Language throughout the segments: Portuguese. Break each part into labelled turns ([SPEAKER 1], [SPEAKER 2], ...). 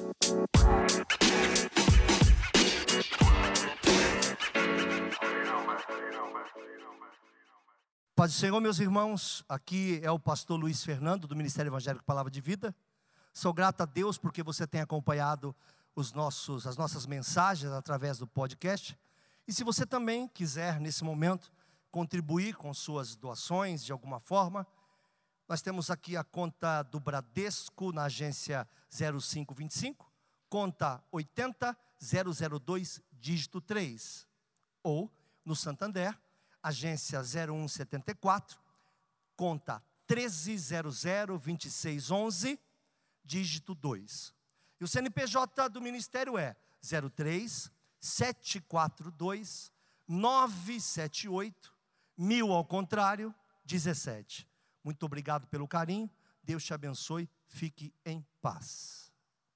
[SPEAKER 1] Paz do Senhor, meus irmãos, aqui é o pastor Luiz Fernando, do Ministério Evangélico Palavra de Vida. Sou grato a Deus porque você tem acompanhado as nossas mensagens através do podcast. E se você também quiser, nesse momento, contribuir com suas doações de alguma forma, nós temos aqui a conta do Bradesco na agência 0525, conta 80002, dígito 3, ou no Santander, agência 0174, conta 13002611, dígito 2. E o CNPJ do Ministério é 03 742 978 1000 ao contrário, 17. Muito obrigado pelo carinho, Deus te abençoe, fique em paz.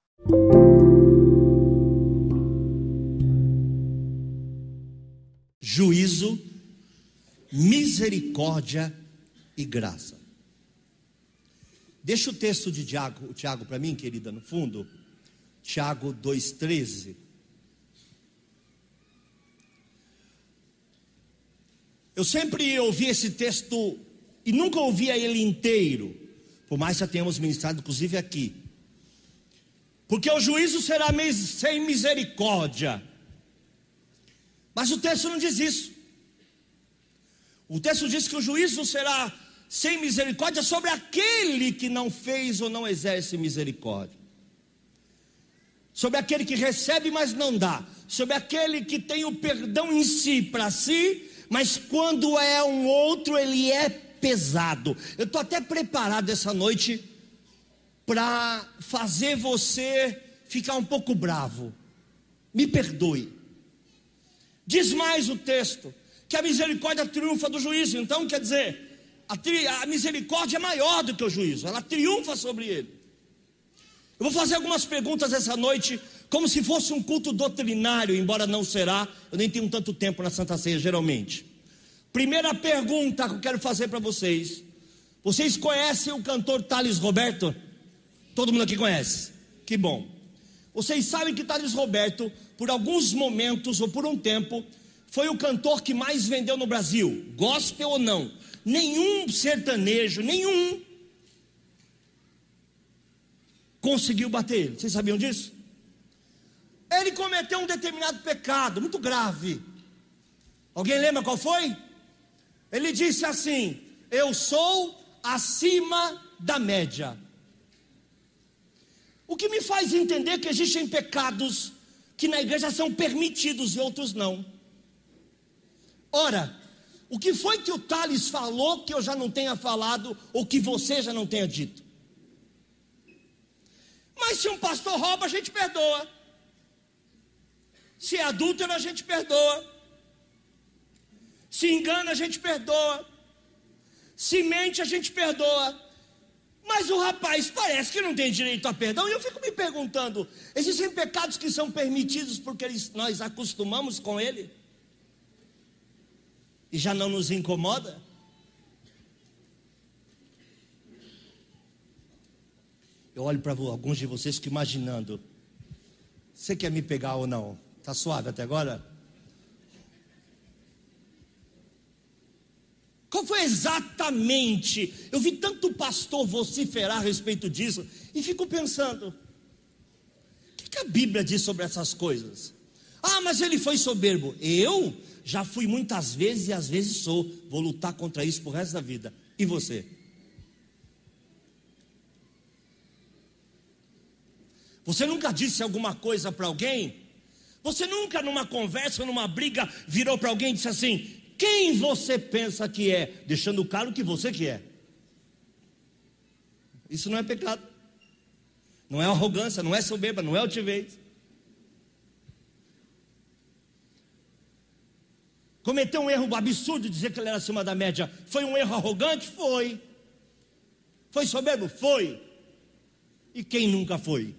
[SPEAKER 2] Juízo, misericórdia e graça. Deixa o texto de Tiago para mim, querida, no fundo. Tiago 2,13. Eu sempre ouvi esse texto e nunca ouvia ele inteiro, por mais que já tenhamos ministrado, inclusive aqui. Porque o juízo será sem misericórdia. Mas o texto não diz isso. O texto diz que o juízo será sem misericórdia sobre aquele que não fez ou não exerce misericórdia. Sobre aquele que recebe, mas não dá. Sobre aquele que tem o perdão em si, para si, mas quando é um outro, ele é pesado. Eu estou até preparado essa noite para fazer você ficar um pouco bravo. Me perdoe. Diz mais o texto, que a misericórdia triunfa do juízo. Então quer dizer, a misericórdia é maior do que o juízo, ela triunfa sobre ele. Eu vou fazer algumas perguntas essa noite, como se fosse um culto doutrinário, embora não será. Eu nem tenho tanto tempo na Santa Ceia geralmente. Primeira pergunta que eu quero fazer para vocês: vocês conhecem o cantor Thales Roberto? Todo mundo aqui conhece? Que bom. Vocês sabem que Thales Roberto, por alguns momentos ou por um tempo, foi o cantor que mais vendeu no Brasil, gospel ou não. Nenhum sertanejo, nenhum conseguiu bater ele. Vocês sabiam disso? Ele cometeu um determinado pecado muito grave. Alguém lembra qual foi? Ele disse assim: eu sou acima da média. O que me faz entender que existem pecados que na igreja são permitidos e outros não. Ora, o que foi que o Thales falou que eu já não tenha falado, ou que você já não tenha dito? Mas se um pastor rouba, a gente perdoa. Se é adúltero, a gente perdoa. Se engana, a gente perdoa. Se mente, a gente perdoa. Mas o rapaz parece que não tem direito a perdão. E eu fico me perguntando, existem pecados que são permitidos porque nós acostumamos com ele e já não nos incomoda? Eu olho para alguns de vocês que imaginando, você quer me pegar ou não? Está suave até agora? Qual foi exatamente? Eu vi tanto pastor vociferar a respeito disso e fico pensando, o que a Bíblia diz sobre essas coisas? Ah, mas ele foi soberbo. Eu já fui muitas vezes e às vezes sou. Vou lutar contra isso pro resto da vida. E você? Você nunca disse alguma coisa para alguém? Você nunca numa conversa, numa briga, virou para alguém e disse assim: quem você pensa que é? Deixando claro que você que é. Isso não é pecado. Não é arrogância, não é soberba, não é altivez. Cometeu um erro absurdo de dizer que ele era acima da média. Foi um erro arrogante? Foi. Foi soberbo? Foi. E quem nunca foi?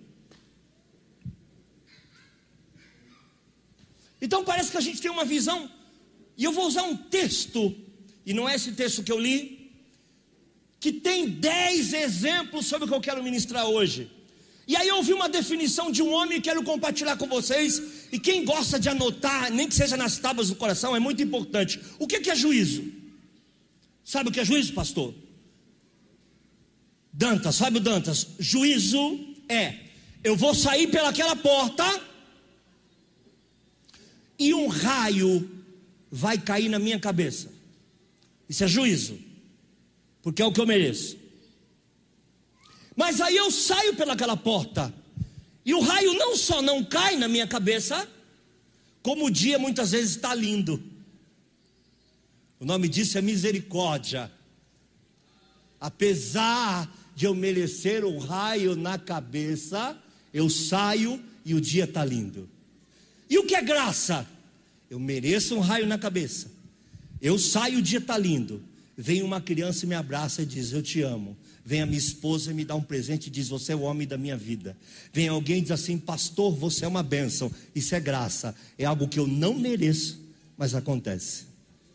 [SPEAKER 2] Então parece que a gente tem uma visão. E eu vou usar um texto, e não é esse texto que eu li, que tem 10 exemplos sobre o que eu quero ministrar hoje. E aí eu ouvi uma definição de um homem e quero compartilhar com vocês. E quem gosta de anotar, nem que seja nas tábuas do coração, é muito importante. O que é juízo? Sabe o que é juízo, pastor? Dantas, Fábio Dantas. Juízo é: eu vou sair pelaquela porta e um raio vai cair na minha cabeça. Isso é juízo, porque é o que eu mereço. Mas aí eu saio pelaquela porta e o raio não só não cai na minha cabeça, como o dia muitas vezes está lindo. O nome disso é misericórdia. Apesar de eu merecer um raio na cabeça, eu saio e o dia está lindo. E o que é graça? Eu mereço um raio na cabeça, eu saio, o dia está lindo. Vem uma criança e me abraça e diz: eu te amo. Vem a minha esposa e me dá um presente e diz: você é o homem da minha vida. Vem alguém e diz assim: pastor, você é uma bênção. Isso é graça, é algo que eu não mereço, mas acontece.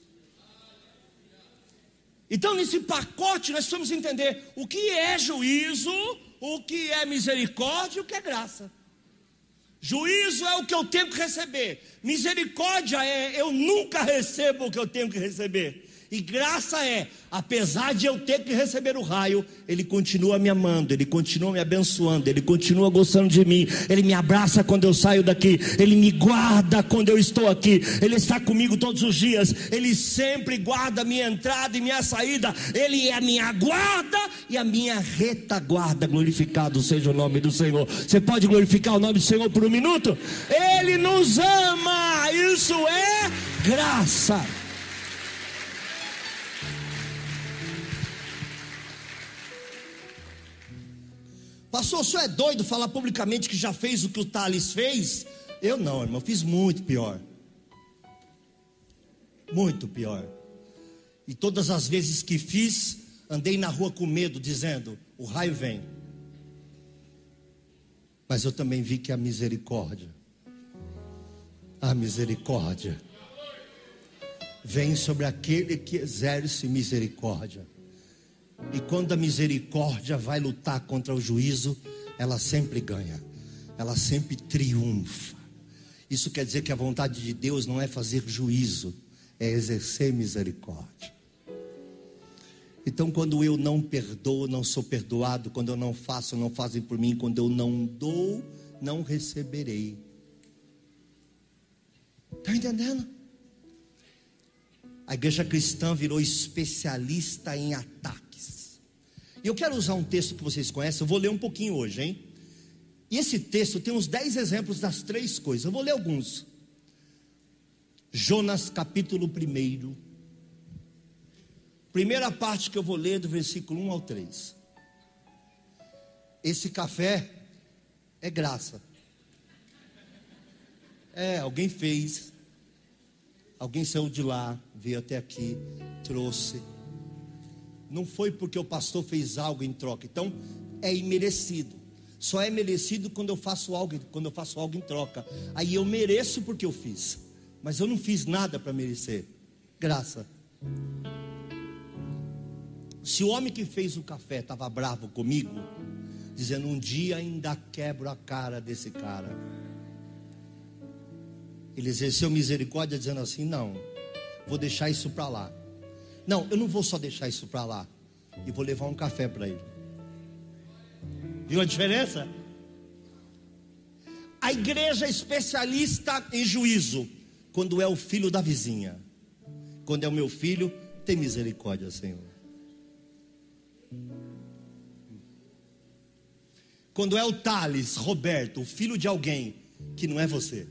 [SPEAKER 2] Então nesse pacote nós precisamos entender o que é juízo, o que é misericórdia e o que é graça. Juízo é o que eu tenho que receber, misericórdia é eu nunca recebo o que eu tenho que receber. E graça é, apesar de eu ter que receber o raio, Ele continua me amando, Ele continua me abençoando, Ele continua gostando de mim, Ele me abraça quando eu saio daqui, Ele me guarda quando eu estou aqui, Ele está comigo todos os dias, Ele sempre guarda a minha entrada e minha saída, Ele é a minha guarda e a minha retaguarda. Glorificado seja o nome do Senhor. Você pode glorificar o nome do Senhor por um minuto? Ele nos ama, isso é graça. Pastor, o senhor é doido falar publicamente que já fez o que o Thales fez? Eu não, irmão, fiz muito pior. Muito pior. E todas as vezes que fiz, andei na rua com medo, dizendo: o raio vem. Mas eu também vi que a misericórdia vem sobre aquele que exerce misericórdia. E quando a misericórdia vai lutar contra o juízo, ela sempre ganha, ela sempre triunfa. Isso quer dizer que a vontade de Deus não é fazer juízo, é exercer misericórdia. Então quando eu não perdoo, não sou perdoado. Quando eu não faço, não fazem por mim. Quando eu não dou, não receberei. Está entendendo? A igreja cristã virou especialista em ataques. E eu quero usar um texto que vocês conhecem. Eu vou ler um pouquinho hoje, hein? E esse texto tem uns 10 exemplos das 3 coisas. Eu vou ler alguns. Jonas capítulo 1. Primeira parte que eu vou ler, do versículo 1 ao 3. Esse café é graça. Alguém fez. Alguém saiu de lá, veio até aqui, trouxe. Não foi porque o pastor fez algo em troca. Então é imerecido. Só é merecido quando eu faço algo em troca. Aí eu mereço porque eu fiz, mas eu não fiz nada para merecer. Graça. Se o homem que fez o café estava bravo comigo, dizendo: um dia ainda quebro a cara desse cara, ele exerceu misericórdia dizendo assim: não, vou deixar isso para lá. Não, eu não vou só deixar isso para lá, e vou levar um café para ele. Viu a diferença? A igreja é especialista em juízo quando é o filho da vizinha. Quando é o meu filho, tem misericórdia, Senhor. Quando é o Thales, Roberto, o filho de alguém que não é você.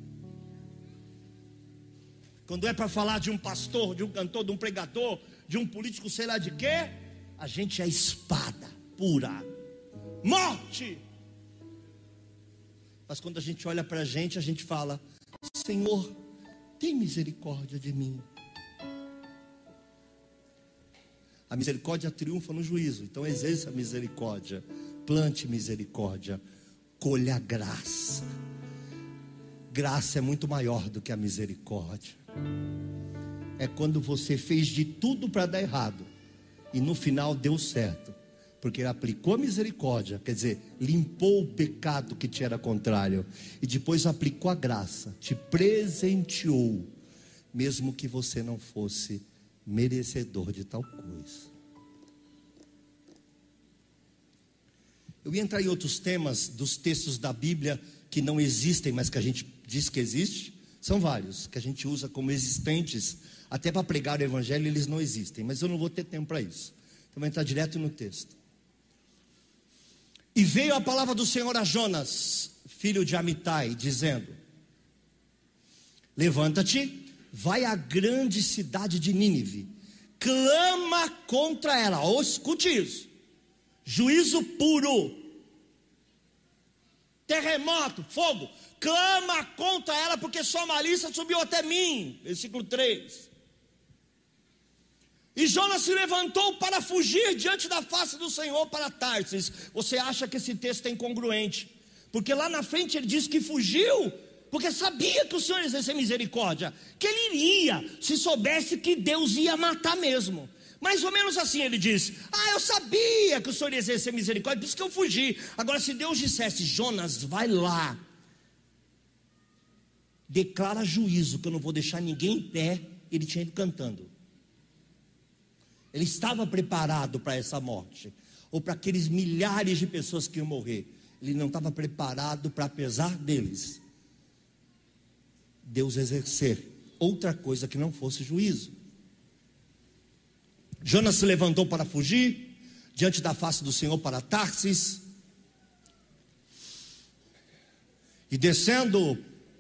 [SPEAKER 2] Quando é para falar de um pastor, de um cantor, de um pregador, de um político, sei lá de quê, a gente é espada pura, morte. Mas quando a gente olha para a gente fala: Senhor, tem misericórdia de mim. A misericórdia triunfa no juízo. Então exerça a misericórdia, plante misericórdia, colha graça. Graça é muito maior do que a misericórdia. É quando você fez de tudo para dar errado e no final deu certo. Porque ele aplicou a misericórdia, quer dizer, limpou o pecado que te era contrário, e depois aplicou a graça, te presenteou, mesmo que você não fosse merecedor de tal coisa. Eu ia entrar em outros temas dos textos da Bíblia que não existem, mas que a gente diz que existe. São vários, que a gente usa como existentes, até para pregar o Evangelho eles não existem, mas eu não vou ter tempo para isso. Então vou entrar direto no texto. E veio a palavra do Senhor a Jonas, filho de Amitai, dizendo: levanta-te, vai à grande cidade de Nínive, clama contra ela. Ou escute isso: juízo puro, terremoto, fogo, clama contra ela, porque sua malícia subiu até mim. Versículo 3. E Jonas se levantou para fugir diante da face do Senhor para Tarsis. Você acha que esse texto é incongruente? Porque lá na frente ele diz que fugiu porque sabia que o Senhor exercia misericórdia, que ele iria, se soubesse que Deus ia matar mesmo. Mais ou menos assim ele diz: eu sabia que o Senhor ia exercer misericórdia, por isso que eu fugi. Agora, se Deus dissesse: Jonas, vai lá, declara juízo, que eu não vou deixar ninguém em pé, ele tinha ido cantando. Ele estava preparado para essa morte, ou para aqueles milhares de pessoas que iam morrer. Ele não estava preparado para, apesar deles, Deus exercer outra coisa que não fosse juízo. Jonas se levantou para fugir diante da face do Senhor para Tarsis, e descendo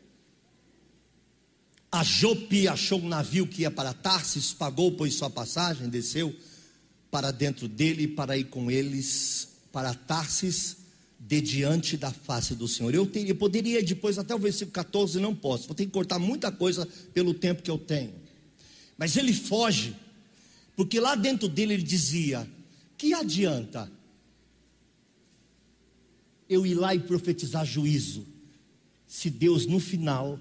[SPEAKER 2] a Jope, achou um navio que ia para Tarsis, pagou, pois, sua passagem, desceu para dentro dele, para ir com eles para Tarsis, de diante da face do Senhor. Eu poderia ir depois até o versículo 14, não posso, vou ter que cortar muita coisa pelo tempo que eu tenho. Mas ele foge, porque lá dentro dele ele dizia: que adianta eu ir lá e profetizar juízo, se Deus no final...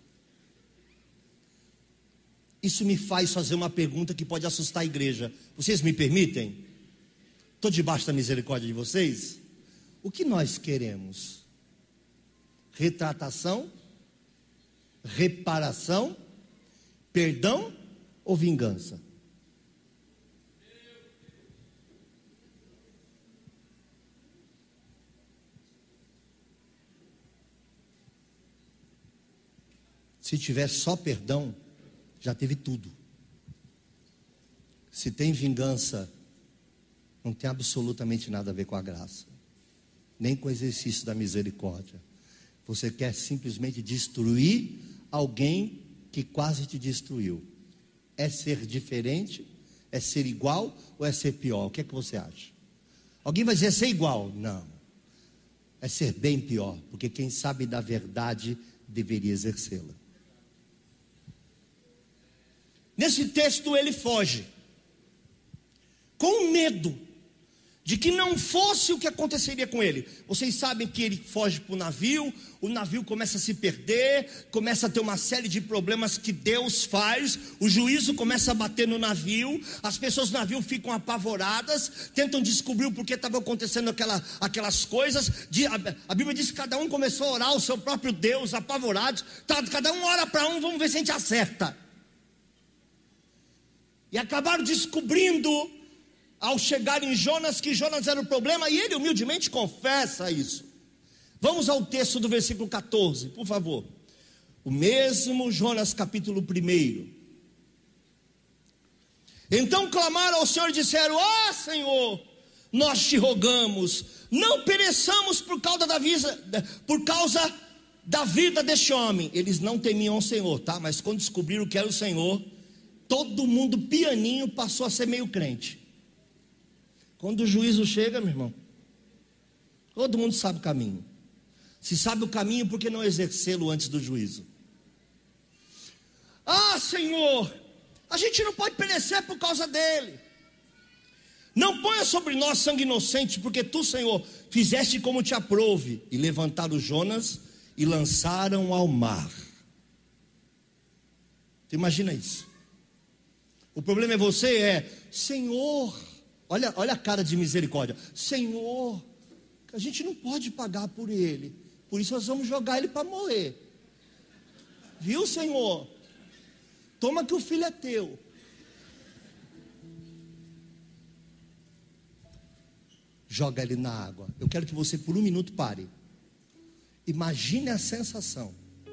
[SPEAKER 2] Isso me faz fazer uma pergunta que pode assustar a igreja. Vocês me permitem? Estou debaixo da misericórdia de vocês. O que nós queremos? Retratação? Reparação? Perdão ou vingança? Se tiver só perdão, já teve tudo. Se tem vingança, não tem absolutamente nada a ver com a graça, nem com o exercício da misericórdia. Você quer simplesmente destruir alguém que quase te destruiu. É ser diferente? É ser igual ou é ser pior? O que é que você acha? Alguém vai dizer: é ser igual. Não, é ser bem pior, porque quem sabe da verdade deveria exercê-la. Nesse texto ele foge, com medo de que não fosse o que aconteceria com ele. Vocês sabem que ele foge para o navio começa a se perder, começa a ter uma série de problemas que Deus faz, o juízo começa a bater no navio, as pessoas do navio ficam apavoradas, tentam descobrir o porquê estava acontecendo aquelas coisas. A Bíblia diz que cada um começou a orar ao seu próprio Deus, apavorados. Cada um ora para um, vamos ver se a gente acerta. E acabaram descobrindo, ao chegar em Jonas, que Jonas era o problema, e ele humildemente confessa isso. Vamos ao texto do versículo 14, por favor. O mesmo Jonas, capítulo 1. Então clamaram ao Senhor e disseram: Senhor, nós te rogamos, não pereçamos por causa da vida deste homem. Eles não temiam o Senhor, tá? Mas quando descobriram que era o Senhor, todo mundo pianinho passou a ser meio crente. Quando o juízo chega, meu irmão, todo mundo sabe o caminho. Se sabe o caminho, por que não exercê-lo antes do juízo? Senhor, a gente não pode perecer por causa dele. Não ponha sobre nós sangue inocente, porque tu, Senhor, fizeste como te aprouve. E levantaram Jonas e lançaram ao mar. Tu imagina isso? O problema é você, Senhor, Olha a cara de misericórdia. Senhor, a gente não pode pagar por ele, por isso nós vamos jogar ele para morrer. Viu, Senhor? Toma que o filho é teu. Joga ele na água. Eu quero que você por um minuto pare. Imagine a sensação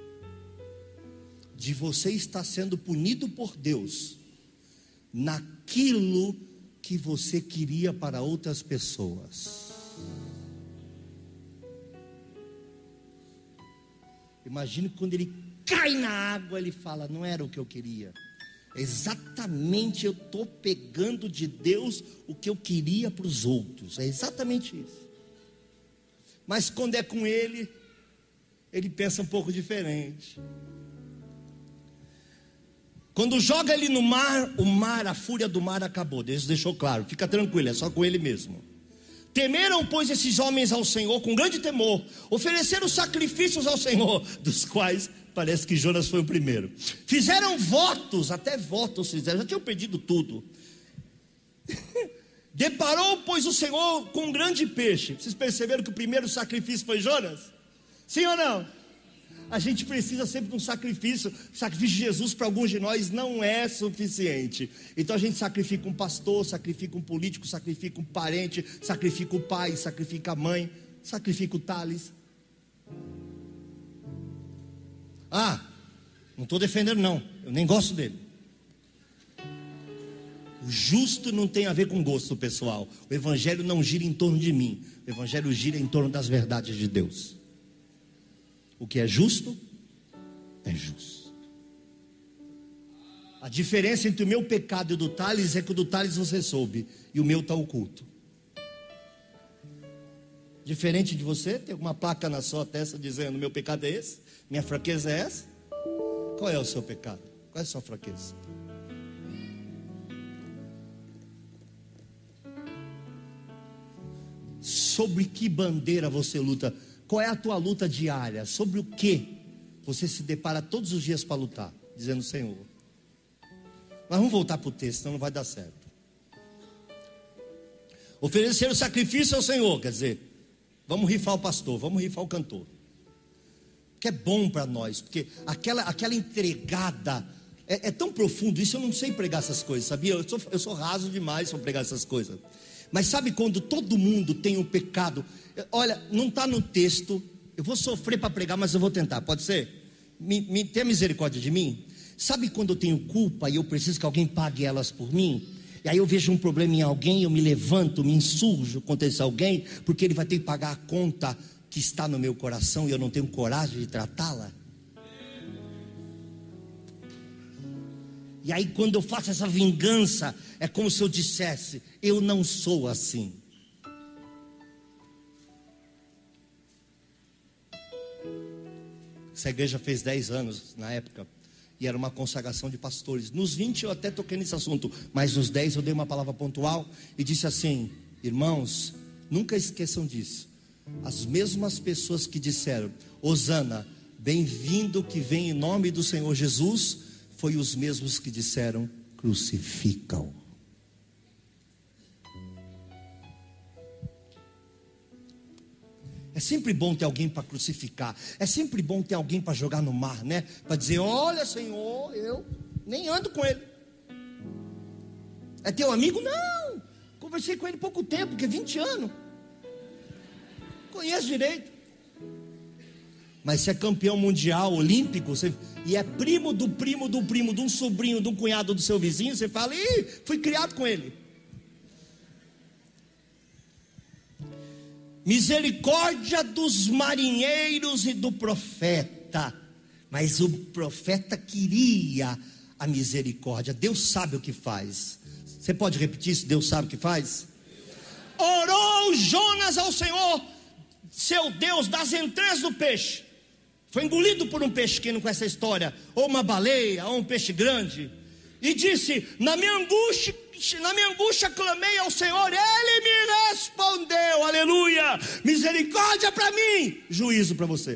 [SPEAKER 2] de você estar sendo punido por Deus naquilo que você queria para outras pessoas. Imagine quando ele cai na água, ele fala: não era o que eu queria. Exatamente, eu estou pegando de Deus o que eu queria para os outros. É exatamente isso. Mas quando é com ele, ele pensa um pouco diferente. Quando joga ele no mar, a fúria do mar acabou. Deus deixou claro, fica tranquilo, é só com ele mesmo. Temeram, pois, esses homens ao Senhor com grande temor, ofereceram sacrifícios ao Senhor, dos quais parece que Jonas foi o primeiro. Fizeram votos, até votos fizeram, já tinham pedido tudo. Deparou, pois, o Senhor com um grande peixe. Vocês perceberam que o primeiro sacrifício foi Jonas? Sim ou não? A gente precisa sempre de um sacrifício. O sacrifício de Jesus para alguns de nós não é suficiente. Então a gente sacrifica um pastor, sacrifica um político, sacrifica um parente, sacrifica o pai, sacrifica a mãe, sacrifica o Thales. Não estou defendendo não, eu nem gosto dele. O justo não tem a ver com gosto pessoal. O evangelho não gira em torno de mim. O evangelho gira em torno das verdades de Deus. O que é justo, é justo. A diferença entre o meu pecado e o do Thales é que o do Thales você soube e o meu está oculto. Diferente de você, tem alguma placa na sua testa dizendo: meu pecado é esse, minha fraqueza é essa. Qual é o seu pecado? Qual é a sua fraqueza? Sobre que bandeira você luta? Qual é a tua luta diária? Sobre o que você se depara todos os dias para lutar? Dizendo: Senhor. Mas vamos voltar para o texto, senão não vai dar certo. Ofereceram sacrifício ao Senhor, quer dizer, vamos rifar o pastor, vamos rifar o cantor. Que é bom para nós, porque aquela entregada é tão profundo. Isso eu não sei pregar essas coisas, sabia? Eu sou raso demais para pregar essas coisas. Mas sabe quando todo mundo tem um pecado? Olha, não está no texto. Eu vou sofrer para pregar, mas eu vou tentar, pode ser? Tenha misericórdia de mim. Sabe quando eu tenho culpa e eu preciso que alguém pague elas por mim? E aí eu vejo um problema em alguém, eu me levanto, me insurjo contra esse alguém, porque ele vai ter que pagar a conta que está no meu coração e eu não tenho coragem de tratá-la. E aí quando eu faço essa vingança, é como se eu dissesse: eu não sou assim. Essa igreja fez 10 anos na época, e era uma consagração de pastores. Nos 20 eu até toquei nesse assunto, mas nos 10 eu dei uma palavra pontual e disse assim: irmãos, nunca esqueçam disso. As mesmas pessoas que disseram: Hosana, bem-vindo que vem em nome do Senhor Jesus, foi os mesmos que disseram: crucifica-o. É sempre bom ter alguém para crucificar. É sempre bom ter alguém para jogar no mar, né? Para dizer: olha, Senhor, eu nem ando com ele. É teu amigo? Não. Conversei com ele pouco tempo, porque 20 anos. Conheço direito. Mas se é campeão mundial, olímpico, e é primo do primo do primo, de um sobrinho, de um cunhado do seu vizinho, você fala: ih, fui criado com ele. Misericórdia dos marinheiros e do profeta. Mas o profeta queria a misericórdia. Deus sabe o que faz. Você pode repetir isso? Deus sabe o que faz? Orou Jonas ao Senhor, seu Deus, das entranhas do peixe. Foi engolido por um peixe pequeno com essa história, ou uma baleia, ou um peixe grande. E disse: na minha angústia clamei ao Senhor, Ele me respondeu, aleluia, misericórdia para mim, juízo para você.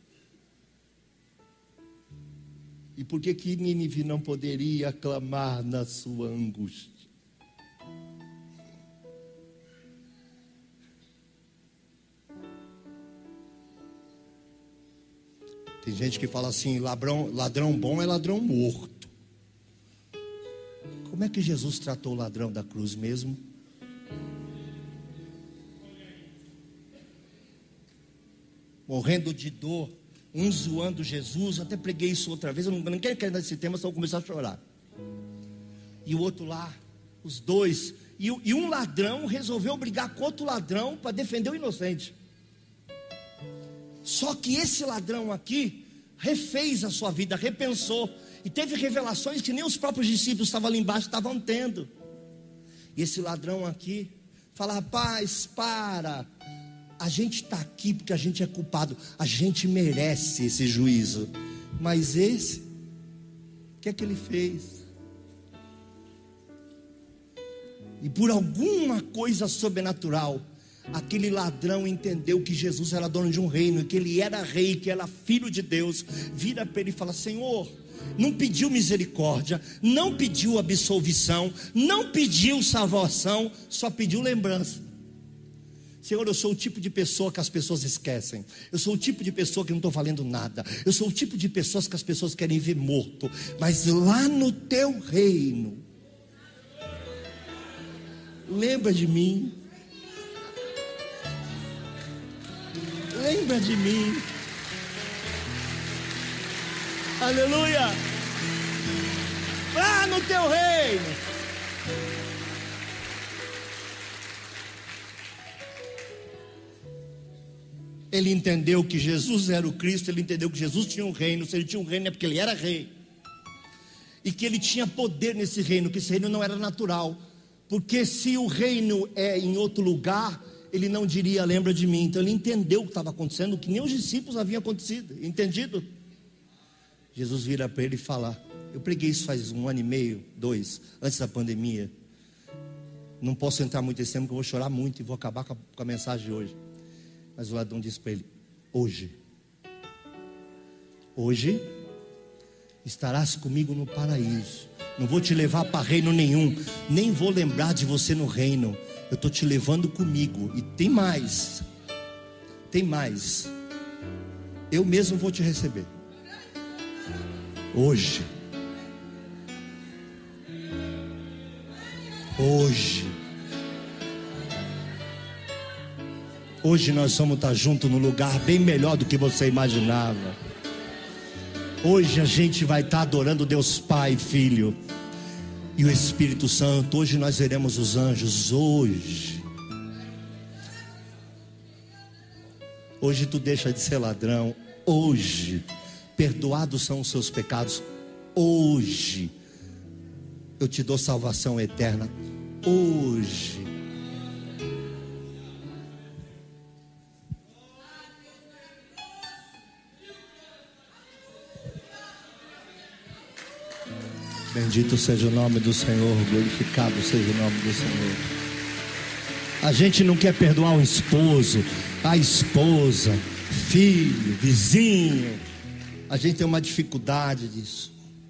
[SPEAKER 2] E por que Nínive não poderia clamar na sua angústia? Tem gente que fala assim: ladrão bom é ladrão morto. Como é que Jesus tratou o ladrão da cruz mesmo? Morrendo de dor, um zoando Jesus. Até preguei isso outra vez, eu não quero entrar nesse tema, senão eu vou começar a chorar. E o outro lá, os dois, e um ladrão resolveu brigar com outro ladrão para defender o inocente. Só que esse ladrão aqui refez a sua vida, repensou, e teve revelações que nem os próprios discípulos estavam ali embaixo estavam tendo. E esse ladrão aqui fala: rapaz, para, a gente está aqui porque a gente é culpado, a gente merece esse juízo. Mas esse, o que é que ele fez? E por alguma coisa sobrenatural, aquele ladrão entendeu que Jesus era dono de um reino, que ele era rei, que era filho de Deus. Vira para ele e fala: Senhor, não pediu misericórdia, não pediu absolvição, não pediu salvação, só pediu lembrança. Senhor, eu sou o tipo de pessoa que as pessoas esquecem. Eu sou o tipo de pessoa que não estou valendo nada. Eu sou o tipo de pessoas que as pessoas querem ver morto. Mas lá no teu reino, lembra de mim. Lembra de mim. Aleluia. Lá no teu reino. Ele entendeu que Jesus era o Cristo. Ele entendeu que Jesus tinha um reino. Se ele tinha um reino é porque ele era rei. E que ele tinha poder nesse reino. Que esse reino não era natural. Porque se o reino é em outro lugar, ele não diria: lembra de mim. Então ele entendeu o que estava acontecendo, o que nem os discípulos haviam acontecido. Entendido? Jesus vira para ele e fala: eu preguei isso faz 1 ano e meio, 2, antes da pandemia. Não posso entrar muito nesse tema, porque eu vou chorar muito e vou acabar com a mensagem de hoje. Mas o ladrão disse para ele: hoje estarás comigo no paraíso. Não vou te levar para reino nenhum, nem vou lembrar de você no reino. Eu estou te levando comigo. E tem mais. Eu mesmo vou te receber. Hoje nós vamos estar juntos num lugar bem melhor do que você imaginava. Hoje a gente vai estar adorando Deus Pai, Filho e o Espírito Santo. Hoje nós veremos os anjos. Hoje tu deixa de ser ladrão. Hoje perdoados são os seus pecados. Hoje eu te dou salvação eterna. Hoje. Bendito seja o nome do Senhor, glorificado seja o nome do Senhor. A gente não quer perdoar o esposo, a esposa, filho, vizinho. A gente tem uma dificuldade disso.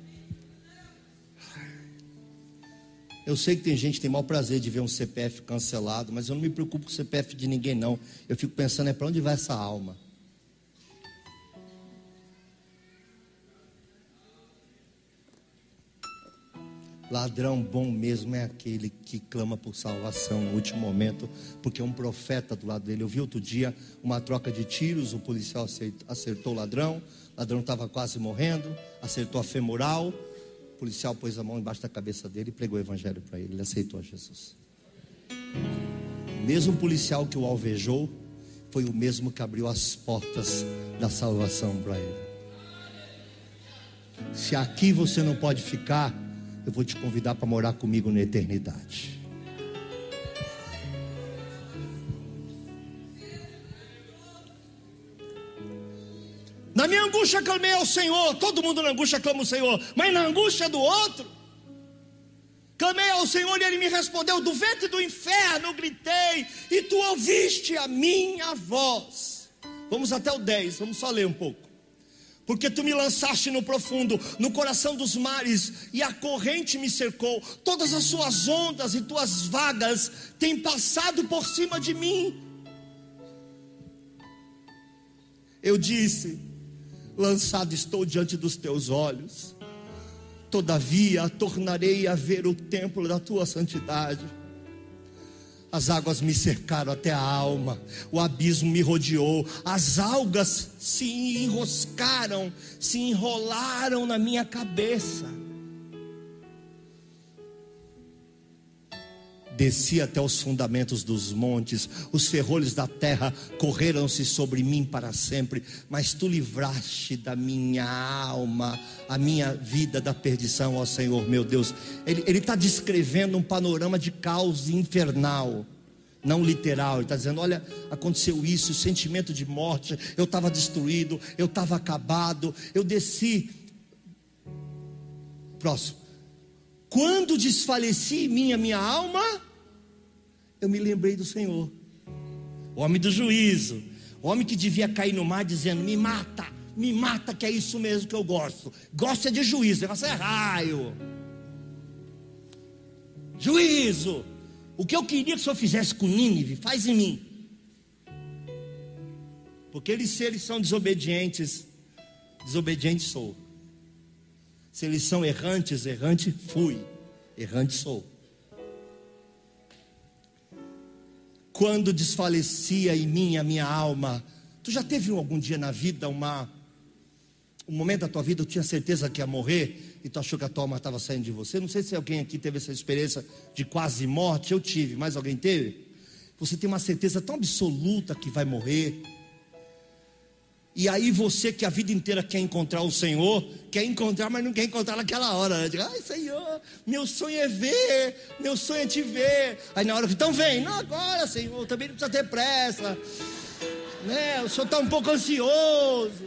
[SPEAKER 2] Eu sei que tem gente que tem mau prazer de ver um CPF cancelado, mas eu não me preocupo com o CPF de ninguém não. Eu fico pensando para onde vai essa alma. Ladrão bom mesmo é aquele que clama por salvação no último momento, porque é um profeta do lado dele. Eu vi outro dia uma troca de tiros, o policial acertou o ladrão estava quase morrendo, acertou a femoral, o policial pôs a mão embaixo da cabeça dele e pregou o evangelho para ele, ele aceitou a Jesus. O mesmo policial que o alvejou, foi o mesmo que abriu as portas da salvação para ele. Se aqui você não pode ficar, eu vou te convidar para morar comigo na eternidade. Na minha angústia clamei ao Senhor. Todo mundo na angústia clama ao Senhor, mas na angústia do outro, clamei ao Senhor e Ele me respondeu. Do ventre do inferno gritei, e Tu ouviste a minha voz. Vamos até o 10, vamos só ler um pouco. Porque Tu me lançaste no profundo, no coração dos mares, e a corrente me cercou. Todas as suas ondas e Tuas vagas têm passado por cima de mim. Eu disse: lançado estou diante dos teus olhos. Todavia tornarei a ver o templo da tua santidade. As águas me cercaram até a alma, o abismo me rodeou, as algas se enroscaram, se enrolaram na minha cabeça. Desci até os fundamentos dos montes, os ferrolhos da terra correram-se sobre mim para sempre, mas tu livraste da minha alma, a minha vida da perdição, ó Senhor meu Deus. Ele está descrevendo um panorama de caos infernal, não literal. Ele está dizendo: olha, aconteceu isso, o sentimento de morte, eu estava destruído, eu estava acabado, eu desci. Próximo. Quando desfaleci minha alma, eu me lembrei do Senhor. O homem do juízo, o homem que devia cair no mar dizendo: me mata, que é isso mesmo que eu gosto. Gosto é de juízo, o negócio é raio. Juízo. O que eu queria que o Senhor fizesse com Nínive, faz em mim. Porque se eles são desobedientes, desobediente sou. Se eles são errantes, errante fui, errante sou. Quando desfalecia em mim a minha alma. Tu já teve algum dia na vida um momento da tua vida, tu tinha certeza que ia morrer e tu achou que a tua alma estava saindo de você? Não sei se alguém aqui teve essa experiência de quase morte. Eu tive, mas alguém teve? Você tem uma certeza tão absoluta que vai morrer. E aí você que a vida inteira quer encontrar o Senhor, quer encontrar, mas não quer encontrar naquela hora. Diz: ai Senhor, meu sonho é ver, meu sonho é te ver. Aí na hora que então vem, não agora Senhor, também não precisa ter pressa, né? O Senhor está um pouco ansioso.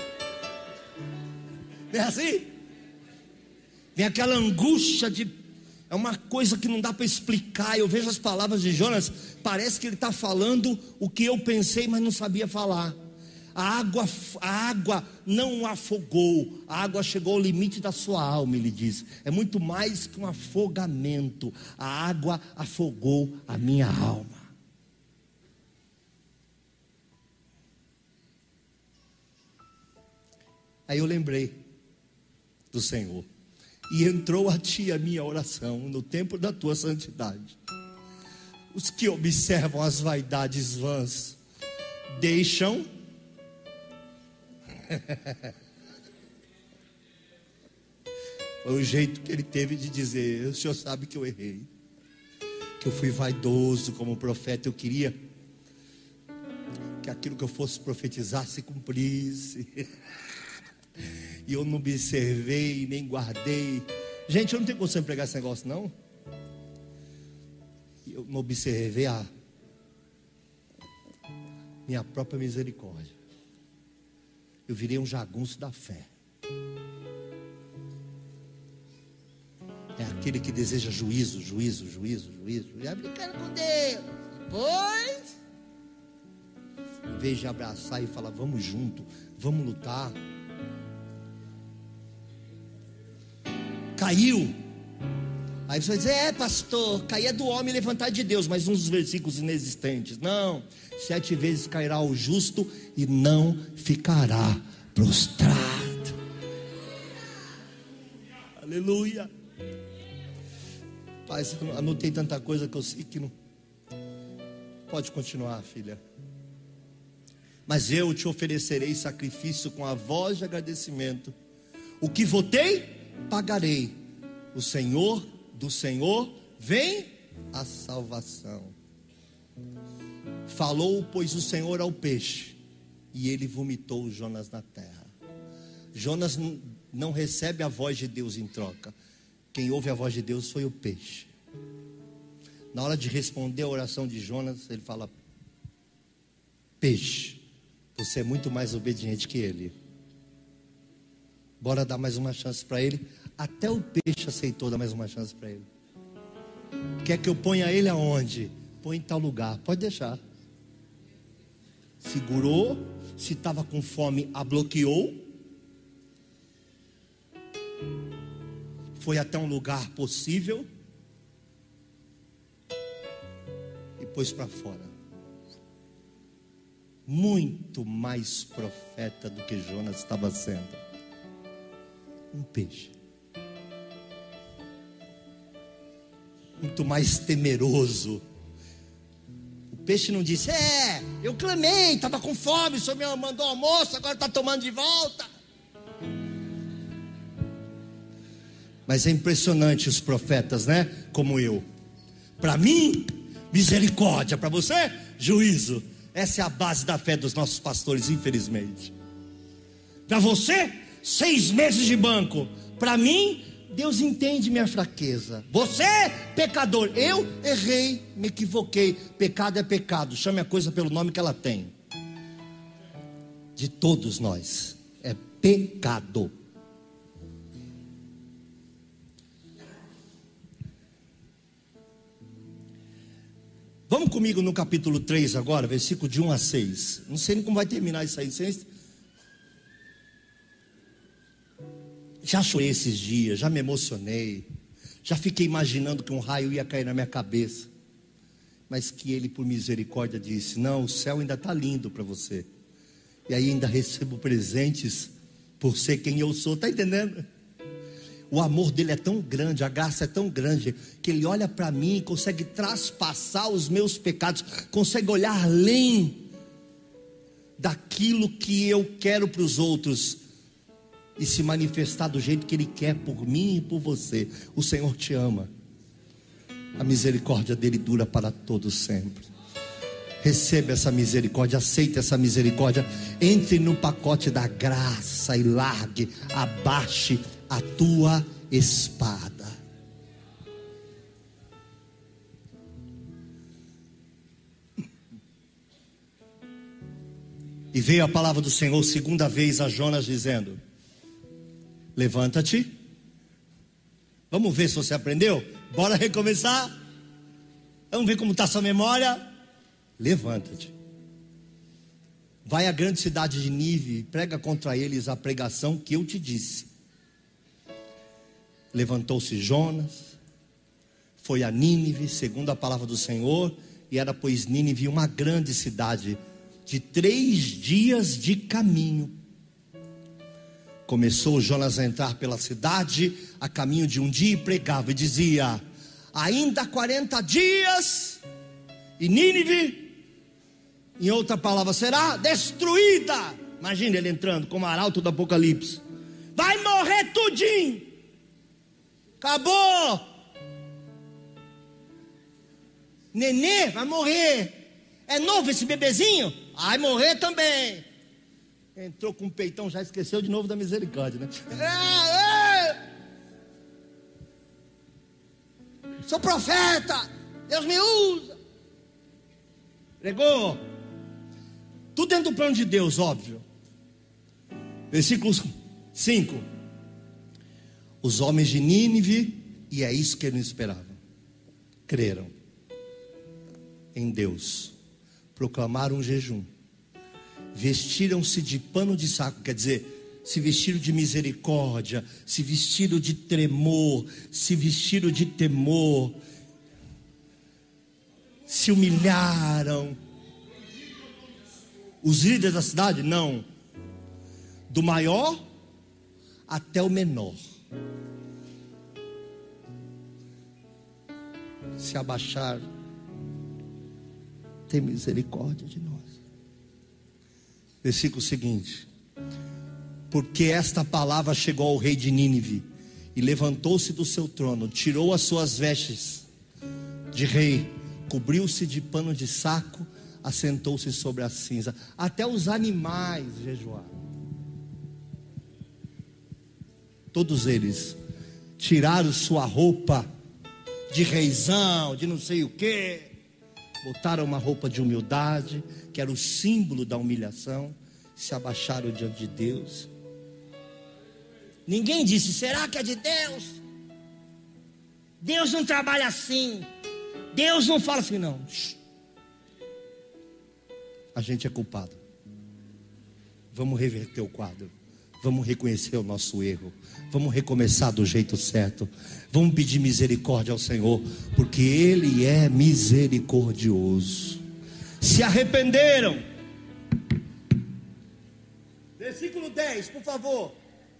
[SPEAKER 2] Não é assim? Vem aquela angústia é uma coisa que não dá para explicar. Eu vejo as palavras de Jonas, parece que ele está falando o que eu pensei, mas não sabia falar. A água não o afogou, a água chegou ao limite da sua alma, ele diz. É muito mais que um afogamento. A água afogou a minha alma. Aí eu lembrei do Senhor. E entrou a ti a minha oração no templo da tua santidade. Os que observam as vaidades vãs deixam foi o jeito que ele teve de dizer: o Senhor sabe que eu errei, que eu fui vaidoso como profeta. Eu queria que aquilo que eu fosse profetizar se cumprisse, e eu não observei nem guardei. Gente, eu não tenho condição de pregar esse negócio não. Eu não observei a minha própria misericórdia. Eu virei um jagunço da fé. É aquele que deseja juízo. E é brincando com Deus. Pois, em vez de abraçar e falar: vamos junto, vamos lutar. Caiu. Aí você vai dizer: pastor, cair é do homem, levantar de Deus. Mas uns versículos inexistentes. Não. 7 vezes cairá o justo e não ficará prostrado. Aleluia. Pai, anotei tanta coisa que eu sei que não. Pode continuar, filha. Mas eu te oferecerei sacrifício com a voz de agradecimento. O que votei, pagarei. Do Senhor vem a salvação. Falou, pois, o Senhor ao peixe, e ele vomitou Jonas na terra. Jonas não recebe a voz de Deus em troca. Quem ouve a voz de Deus foi o peixe. Na hora de responder a oração de Jonas, ele fala: peixe, você é muito mais obediente que ele. Bora dar mais uma chance para ele. Até o peixe aceitou dar mais uma chance para ele. Quer que eu ponha ele aonde? Põe em tal lugar, pode deixar. Segurou, se estava com fome, a bloqueou. Foi até um lugar possível e pôs para fora. muito mais profeta do que Jonas estava sendo. Um peixe. Muito mais temeroso. O peixe não disse: eu clamei, estava com fome, o Senhor me mandou almoço, agora está tomando de volta. Mas é impressionante os profetas, né? Como eu. Para mim, misericórdia. Para você, juízo. Essa é a base da fé dos nossos pastores, infelizmente. Para você, 6 meses de banco. Para mim, Deus entende minha fraqueza. Você, pecador. Eu errei, me equivoquei. Pecado é pecado. Chame a coisa pelo nome que ela tem. De todos nós. É pecado. Vamos comigo no capítulo 3 agora, versículo de 1 a 6. Não sei nem como vai terminar isso aí. Já chorei esses dias, já me emocionei. Já fiquei imaginando que um raio ia cair na minha cabeça. Mas que ele, por misericórdia, disse: não, o céu ainda está lindo para você. E aí ainda recebo presentes por ser quem eu sou. Está entendendo? O amor dele é tão grande, a graça é tão grande, que ele olha para mim e consegue traspassar os meus pecados, consegue olhar além daquilo que eu quero para os outros e se manifestar do jeito que ele quer por mim e por você. O Senhor te ama. A misericórdia dele dura para todos sempre. Receba essa misericórdia, aceite essa misericórdia, entre no pacote da graça e largue, abaixe a tua espada. E veio a palavra do Senhor segunda vez a Jonas dizendo: levanta-te. Vamos ver se você aprendeu? Bora recomeçar? Vamos ver como está sua memória? Levanta-te. Vai à grande cidade de Nínive e prega contra eles a pregação que eu te disse. Levantou-se Jonas, foi a Nínive, segundo a palavra do Senhor, e era, pois, Nínive uma grande cidade, de 3 dias de caminho. Começou Jonas a entrar pela cidade, a caminho de um dia, e pregava, e dizia: ainda 40 dias, e Nínive, em outra palavra, será destruída. Imagina ele entrando como arauto do Apocalipse. Vai morrer tudinho. Acabou. Nenê vai morrer. É novo esse bebezinho? Vai morrer também. Entrou com o peitão, já esqueceu de novo da misericórdia, né? Sou profeta, Deus me usa. Pregou. Tudo dentro do plano de Deus, óbvio. Versículo 5. Os homens de Nínive, e é isso que eles não esperavam, creram em Deus, proclamaram um jejum, vestiram-se de pano de saco, quer dizer, se vestiram de misericórdia, se vestiram de tremor, se vestiram de temor, se humilharam. Os líderes da cidade, não, do maior até o menor, se abaixar. Tem misericórdia de nós. Versículo seguinte: porque esta palavra chegou ao rei de Nínive, e levantou-se do seu trono, tirou as suas vestes de rei, cobriu-se de pano de saco, assentou-se sobre a cinza. Até os animais jejuaram. Todos eles tiraram sua roupa de reizão, de não sei o que, botaram uma roupa de humildade, que era o símbolo da humilhação, se abaixaram diante de Deus. Ninguém disse: será que é de Deus? Deus não trabalha assim, Deus não fala assim, não. A gente é culpado. Vamos reverter o quadro. Vamos reconhecer o nosso erro. Vamos recomeçar do jeito certo. Vamos pedir misericórdia ao Senhor, porque Ele é misericordioso. Se arrependeram, 10, por favor.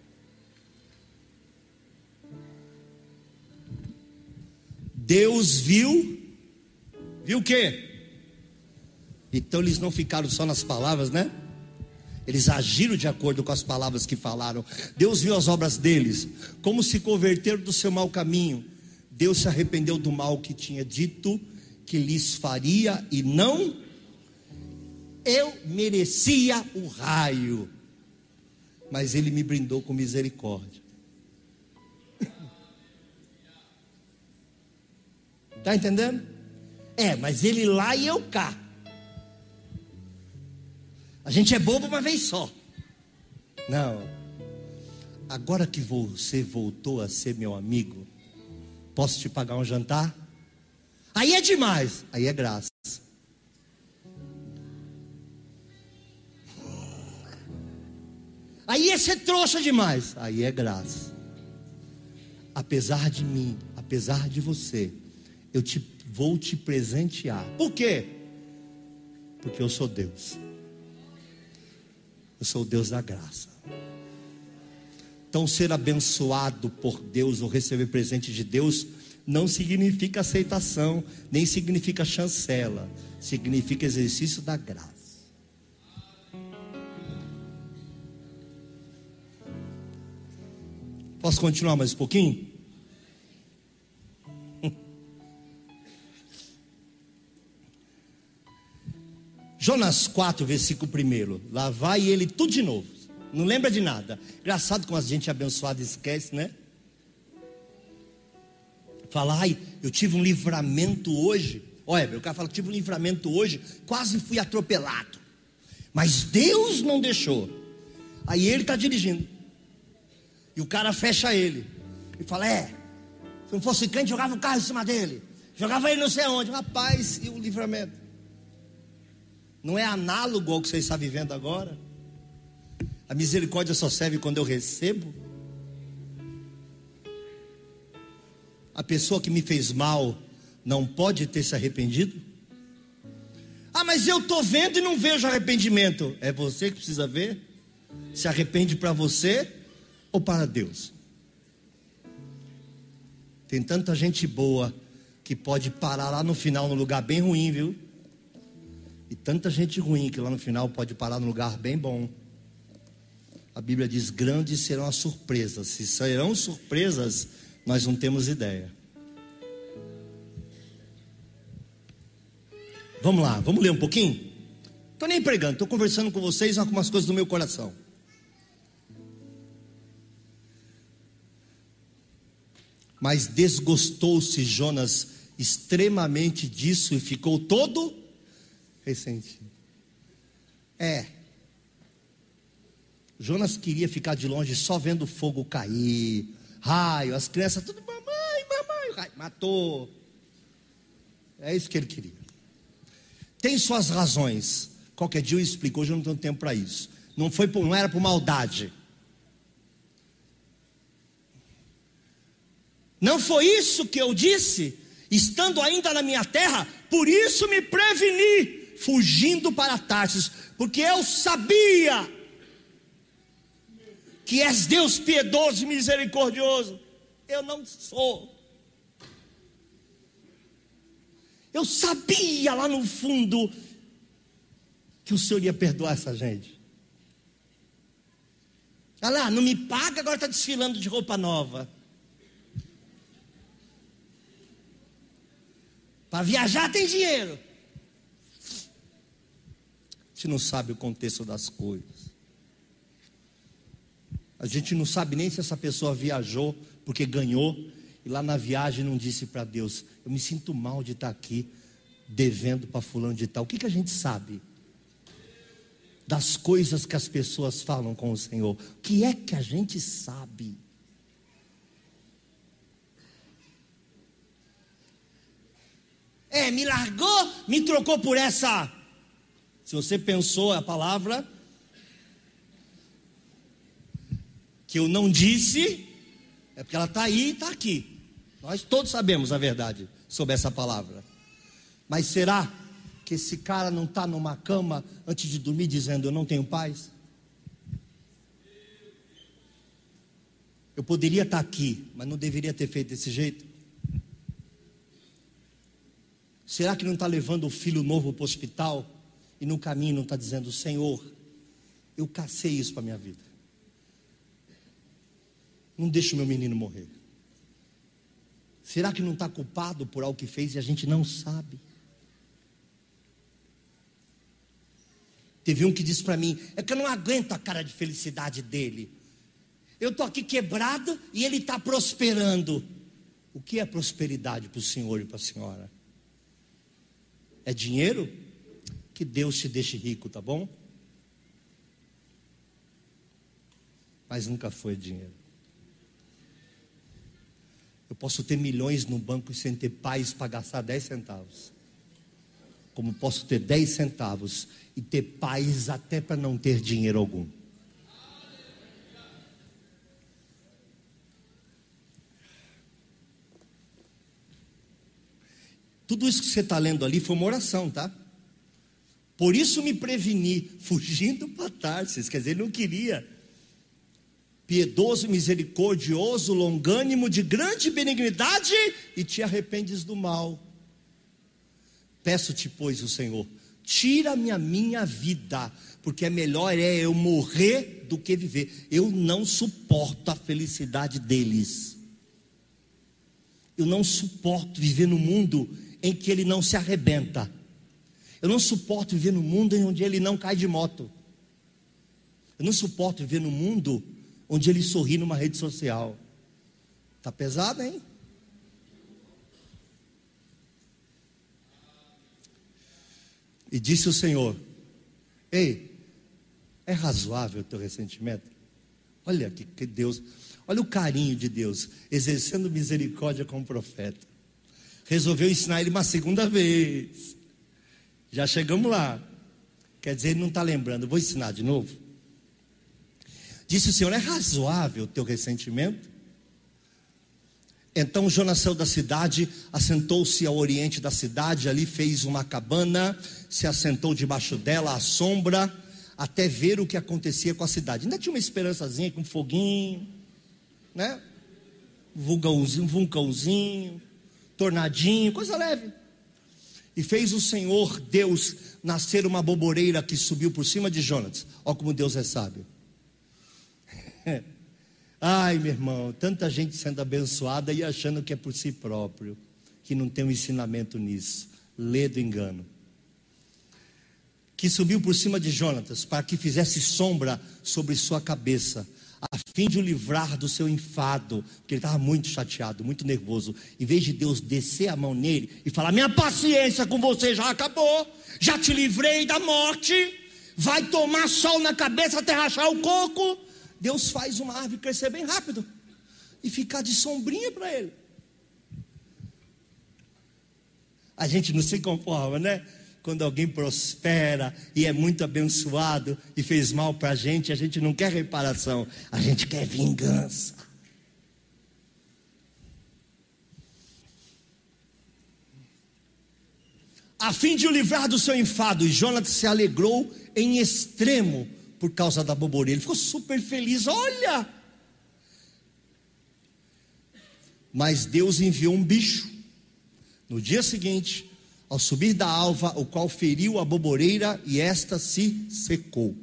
[SPEAKER 2] Deus viu o quê? Então eles não ficaram só nas palavras, né? Eles agiram de acordo com as palavras que falaram. Deus viu as obras deles, como se converteram do seu mau caminho. Deus se arrependeu do mal que tinha dito que lhes faria, e não, eu merecia o raio, mas Ele me brindou com misericórdia. Está entendendo? Mas Ele lá e eu cá. A gente é bobo uma vez só. Não. Agora que você voltou a ser meu amigo, posso te pagar um jantar? Aí é demais. Aí é graça. Aí é ser trouxa demais. Aí é graça. Apesar de mim, apesar de você, vou te presentear. Por quê? Porque eu sou Deus. Eu sou o Deus da graça. Então, ser abençoado por Deus ou receber presente de Deus não significa aceitação, nem significa chancela. Significa exercício da graça. Posso continuar mais um pouquinho? Jonas 4, versículo 1. Lá vai ele tudo de novo. Não lembra de nada. Engraçado como a gente abençoado esquece, né? Fala, eu tive um livramento hoje. Olha, o cara fala que tive um livramento hoje, quase fui atropelado, mas Deus não deixou. Aí ele está dirigindo, e o cara fecha ele e fala, se não fosse crente, jogava o carro em cima dele, jogava ele não sei onde. Rapaz, e o livramento? Não é análogo ao que você está vivendo agora? A misericórdia só serve quando eu recebo. A pessoa que me fez mal não pode ter se arrependido? Mas eu estou vendo e não vejo arrependimento. É você que precisa ver? Se arrepende para você ou para Deus? Tem tanta gente boa que pode parar lá no final num lugar bem ruim, viu? E tanta gente ruim que lá no final pode parar num lugar bem bom. A Bíblia diz, grandes serão as surpresas. Se serão surpresas, nós não temos ideia. Vamos lá, vamos ler um pouquinho? Estou nem pregando, estou conversando com vocês algumas coisas do meu coração. Mas desgostou-se Jonas extremamente disso e ficou todo ressentido. Jonas queria ficar de longe só vendo o fogo cair, raio, as crianças tudo, mamãe, raio, matou. É isso que ele queria. Tem suas razões. Qualquer dia eu explico, hoje eu não tenho tempo para isso. Não era por maldade. Não foi isso que eu disse, estando ainda na minha terra, por isso me preveni, fugindo para Tarsis, porque eu sabia que és Deus piedoso e misericordioso. Eu não sou. Eu sabia lá no fundo que o Senhor ia perdoar essa gente. Olha lá, não me paga, agora está desfilando de roupa nova. Para viajar tem dinheiro. A gente não sabe o contexto das coisas. A gente não sabe nem se essa pessoa viajou porque ganhou e lá na viagem não disse para Deus, eu me sinto mal de estar aqui devendo para fulano de tal. O que a gente sabe das coisas que as pessoas falam com o Senhor? O que é que a gente sabe? Me largou, me trocou por essa. Se você pensou a palavra que eu não disse, é porque ela está aí e está aqui. Nós todos sabemos a verdade sobre essa palavra. Mas será que esse cara não está numa cama antes de dormir dizendo, eu não tenho paz? Eu poderia estar aqui, mas não deveria ter feito desse jeito? Será que não está levando o filho novo para o hospital e no caminho não está dizendo: Senhor, eu cacei isso para a minha vida, não deixa o meu menino morrer? Será que não está culpado por algo que fez e a gente não sabe? Teve um que disse para mim: é que eu não aguento a cara de felicidade dele. Eu estou aqui quebrado e ele está prosperando. O que é prosperidade para o senhor e para a senhora? É dinheiro? Que Deus te deixe rico, tá bom? Mas nunca foi dinheiro. Eu posso ter milhões no banco sem ter paz para gastar 10 centavos. Como posso ter 10 centavos e ter paz até para não ter dinheiro algum. Tudo isso que você está lendo ali foi uma oração, tá? Por isso me preveni, fugindo para Tarsis. Quer dizer, ele não queria. Piedoso, misericordioso, longânimo, de grande benignidade, e te arrependes do mal. Peço-te, pois, o Senhor, tira-me a minha vida, porque é melhor eu morrer do que viver. Eu não suporto a felicidade deles. Eu não suporto viver no mundo em que ele não se arrebenta. Eu não suporto viver no mundo em onde ele não cai de moto. Eu não suporto viver no mundo onde ele sorri numa rede social. Está pesado, hein? E disse o Senhor: ei, é razoável o teu ressentimento? Olha que Deus, olha o carinho de Deus, exercendo misericórdia com o profeta. Resolveu ensinar ele uma segunda vez. Já chegamos lá. Quer dizer, ele não está lembrando. Vou ensinar de novo. Disse o Senhor: é razoável o teu ressentimento? Então Jonas saiu da cidade, assentou-se ao oriente da cidade, ali fez uma cabana, se assentou debaixo dela à sombra, até ver o que acontecia com a cidade. Ainda tinha uma esperançazinha com um foguinho, né? Vulcãozinho, tornadinho, coisa leve. E fez o Senhor Deus nascer uma boboreira que subiu por cima de Jonas. Olha como Deus é sábio. Ai, meu irmão, tanta gente sendo abençoada e achando que é por si próprio, que não tem um ensinamento nisso. Lê do engano. Que subiu por cima de Jonatas, para que fizesse sombra sobre sua cabeça, a fim de o livrar do seu enfado, porque ele estava muito chateado, muito nervoso. Em vez de Deus descer a mão nele e falar: minha paciência com você já acabou, já te livrei da morte, vai tomar sol na cabeça até rachar o coco, Deus faz uma árvore crescer bem rápido e ficar de sombrinha para ele. A gente não se conforma, né? Quando alguém prospera e é muito abençoado e fez mal para a gente não quer reparação, a gente quer vingança. A fim de o livrar do seu enfado, e Jonas se alegrou em extremo por causa da boboreira. Ele ficou super feliz, olha. Mas Deus enviou um bicho no dia seguinte, ao subir da alva, o qual feriu a boboreira e esta se secou.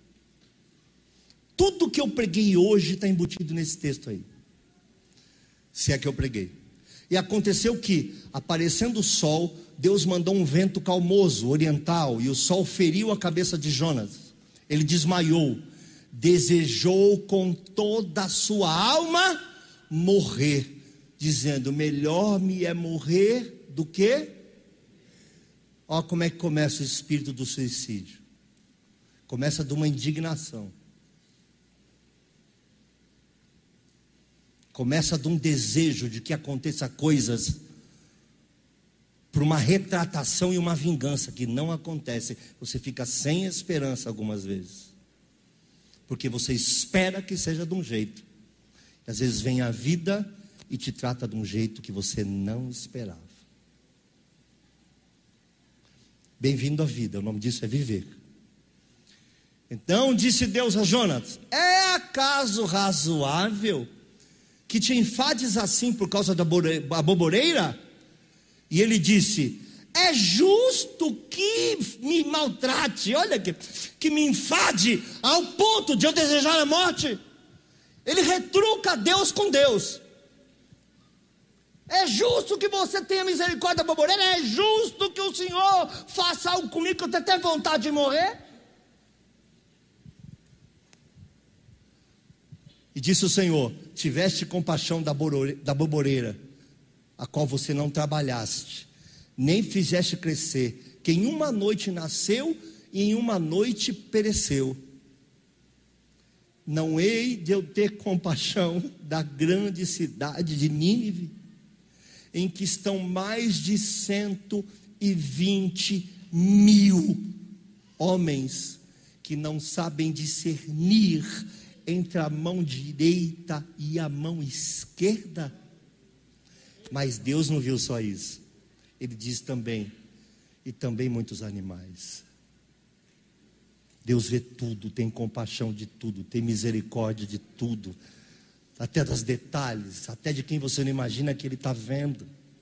[SPEAKER 2] Tudo que eu preguei hoje está embutido nesse texto aí, se é que eu preguei. E aconteceu que, aparecendo o sol, Deus mandou um vento calmoso, oriental, e o sol feriu a cabeça de Jonas. Ele desmaiou, desejou com toda a sua alma morrer, dizendo: melhor me é morrer do que... Olha como é que começa o espírito do suicídio. Começa de uma indignação. Começa de um desejo de que aconteça coisas, por uma retratação e uma vingança que não acontece. Você fica sem esperança algumas vezes, porque você espera que seja de um jeito, e às vezes vem a vida e te trata de um jeito que você não esperava. Bem-vindo à vida, o nome disso é viver. Então disse Deus a Jonas: é acaso razoável que te enfades assim por causa da boboreira? E ele disse: é justo que me maltrate, olha que me enfade ao ponto de eu desejar a morte. Ele retruca Deus com Deus. É justo que você tenha misericórdia da boboreira? É justo que o Senhor faça algo comigo que eu tenho até vontade de morrer? E disse o Senhor: tiveste compaixão da boboreira, a qual você não trabalhaste, nem fizeste crescer, que em uma noite nasceu e em uma noite pereceu. Não hei de eu ter compaixão da grande cidade de Nínive, em que estão mais de 120 mil homens que não sabem discernir entre a mão direita e a mão esquerda. Mas Deus não viu só isso. Ele diz também, e também muitos animais. Deus vê tudo, tem compaixão de tudo, tem misericórdia de tudo, até dos detalhes, até de quem você não imagina que Ele está vendo.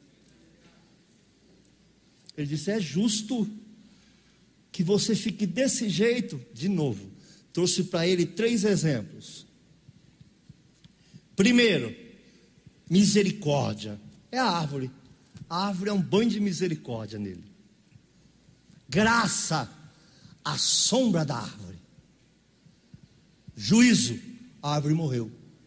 [SPEAKER 2] Ele disse: é justo que você fique desse jeito. De novo, trouxe para ele 3 exemplos. Primeiro, misericórdia. É a árvore. A árvore é um banho de misericórdia nele. Graça, a sombra da árvore. Juízo, a árvore morreu.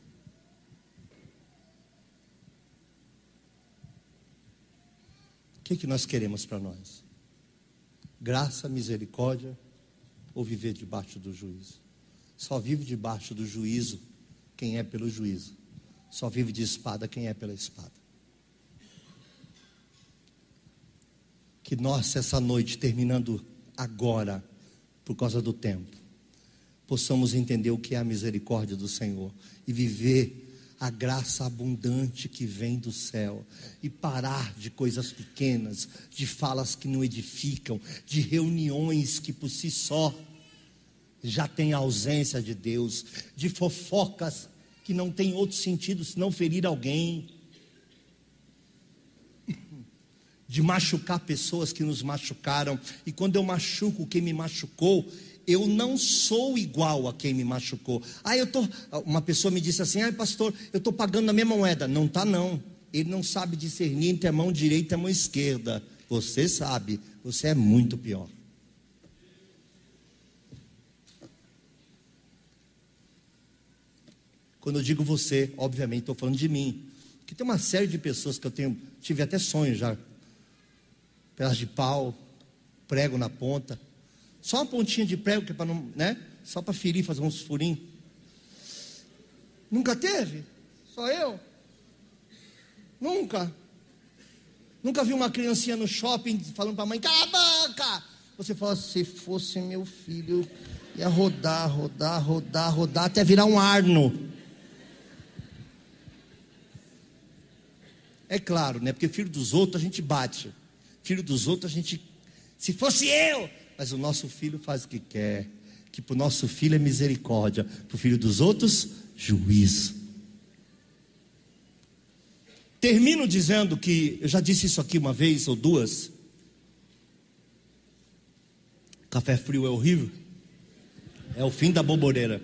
[SPEAKER 2] O que nós queremos para nós? Graça, misericórdia ou viver debaixo do juízo? Só vive debaixo do juízo quem é pelo juízo. Só vive de espada quem é pela espada. Que nós, essa noite, terminando agora, por causa do tempo, possamos entender o que é a misericórdia do Senhor e viver a graça abundante que vem do céu, e parar de coisas pequenas, de falas que não edificam, de reuniões que por si só já tem a ausência de Deus, de fofocas que não tem outro sentido senão ferir alguém, de machucar pessoas que nos machucaram. E quando eu machuco quem me machucou, eu não sou igual a quem me machucou. Uma pessoa me disse assim: pastor, eu estou pagando a mesma moeda. Não está não. Ele não sabe discernir entre a mão direita e a mão esquerda. Você sabe, você é muito pior. Quando eu digo você, obviamente estou falando de mim, porque tem uma série de pessoas que eu tive até sonhos já, pedaço de pau, prego na ponta, só uma pontinha de prego que é para não, né? Só para ferir, fazer uns furinhos. Nunca teve? Só eu? Nunca vi uma criancinha no shopping falando para a mãe: cala a boca! Você fala: se fosse meu filho, ia rodar até virar um arno. É claro, né? Porque filho dos outros a gente bate. Filho dos outros a gente... Se fosse eu... Mas o nosso filho faz o que quer. Que para o nosso filho é misericórdia. Para o filho dos outros, juízo. Termino dizendo que... Eu já disse isso aqui uma vez ou duas. Café frio é horrível. É o fim da boboreira.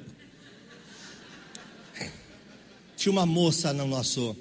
[SPEAKER 2] Tinha uma moça no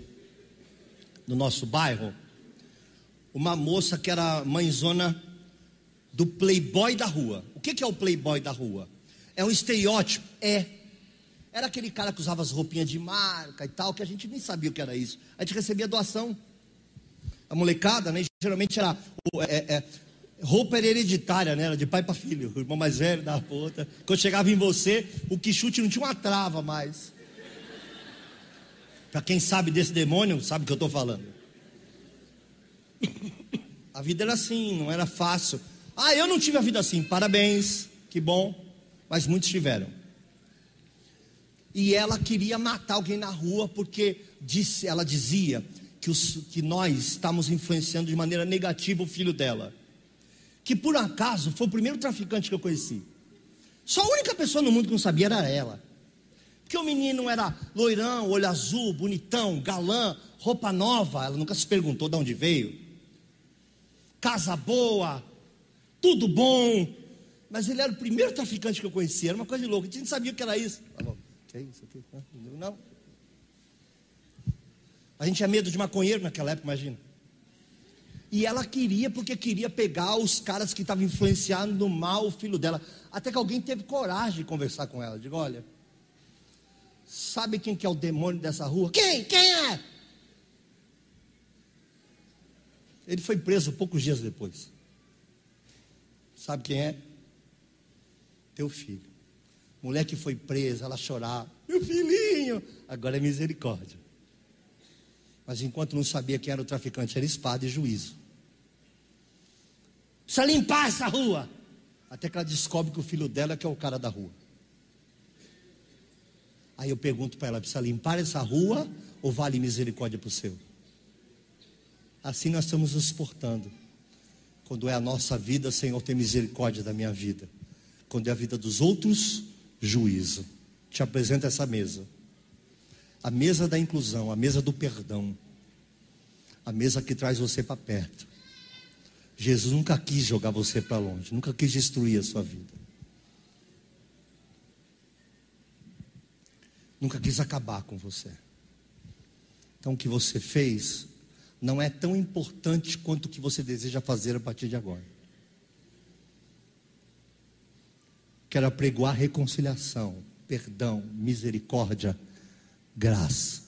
[SPEAKER 2] nosso bairro, uma moça que era mãezona do playboy da rua. O que é o playboy da rua? É um estereótipo? Era aquele cara que usava as roupinhas de marca e tal, que a gente nem sabia o que era isso. A gente recebia doação. A molecada, né, geralmente era roupa era hereditária, né, era de pai para filho. O irmão mais velho dava pra outra. Quando chegava em você, o quichute não tinha uma trava mais. Para quem sabe desse demônio, sabe o que eu estou falando. A vida era assim, não era fácil. Eu não tive a vida assim. Parabéns, que bom. Mas muitos tiveram. E ela queria matar alguém na rua, porque ela dizia que nós estávamos influenciando de maneira negativa o filho dela. Que por acaso foi o primeiro traficante que eu conheci. Só a única pessoa no mundo que não sabia era ela. Porque o menino era loirão, olho azul, bonitão, galã, roupa nova. Ela nunca se perguntou de onde veio. Casa boa, tudo bom. Mas ele era o primeiro traficante que eu conhecia. Era uma coisa de louco. A gente não sabia o que era isso. Que é isso aqui? Não. A gente tinha medo de maconheiro naquela época, imagina. E ela queria, porque queria pegar os caras que estavam influenciando no mal o filho dela. Até que alguém teve coragem de conversar com ela. Digo, olha, sabe quem que é o demônio dessa rua? Quem? Quem é? Ele foi preso poucos dias depois. Sabe quem é? Teu filho. Mulher que foi presa, ela chorava. Meu filhinho. Agora é misericórdia. Mas enquanto não sabia quem era o traficante, era espada e juízo. Precisa limpar essa rua. Até que ela descobre que o filho dela que é o cara da rua. Aí eu pergunto para ela, precisa limpar essa rua ou vale misericórdia para o seu? Assim nós estamos nos portando. Quando é a nossa vida, Senhor, tem misericórdia da minha vida. Quando é a vida dos outros, juízo. Te apresento essa mesa. A mesa da inclusão, a mesa do perdão. A mesa que traz você para perto. Jesus nunca quis jogar você para longe, nunca quis destruir a sua vida. Nunca quis acabar com você. Então o que você fez não é tão importante quanto o que você deseja fazer a partir de agora. Quero apregoar reconciliação, perdão, misericórdia, graça.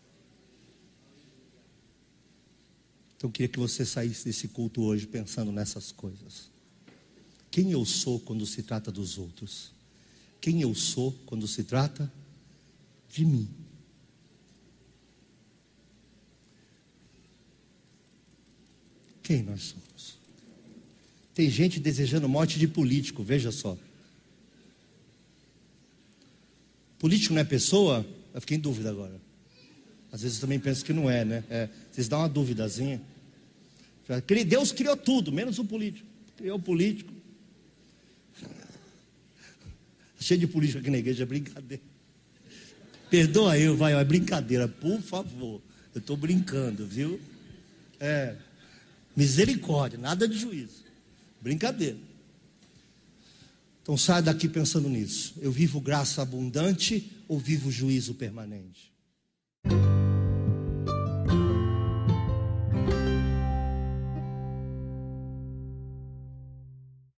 [SPEAKER 2] Então eu queria que você saísse desse culto hoje pensando nessas coisas. Quem eu sou quando se trata dos outros? Quem eu sou quando se trata de mim? Quem nós somos? Tem gente desejando morte de político, veja só. Político não é pessoa? Eu fiquei em dúvida agora. Às vezes eu também penso que não é, né? Vocês dão uma duvidazinha. Deus criou tudo, menos o político. Criou o político. Cheio de político aqui na igreja, é brincadeira. Perdoa eu, vai, é brincadeira, por favor. Eu estou brincando, viu? Misericórdia, nada de juízo. Brincadeira. Então saia daqui pensando nisso. Eu vivo graça abundante ou vivo juízo permanente?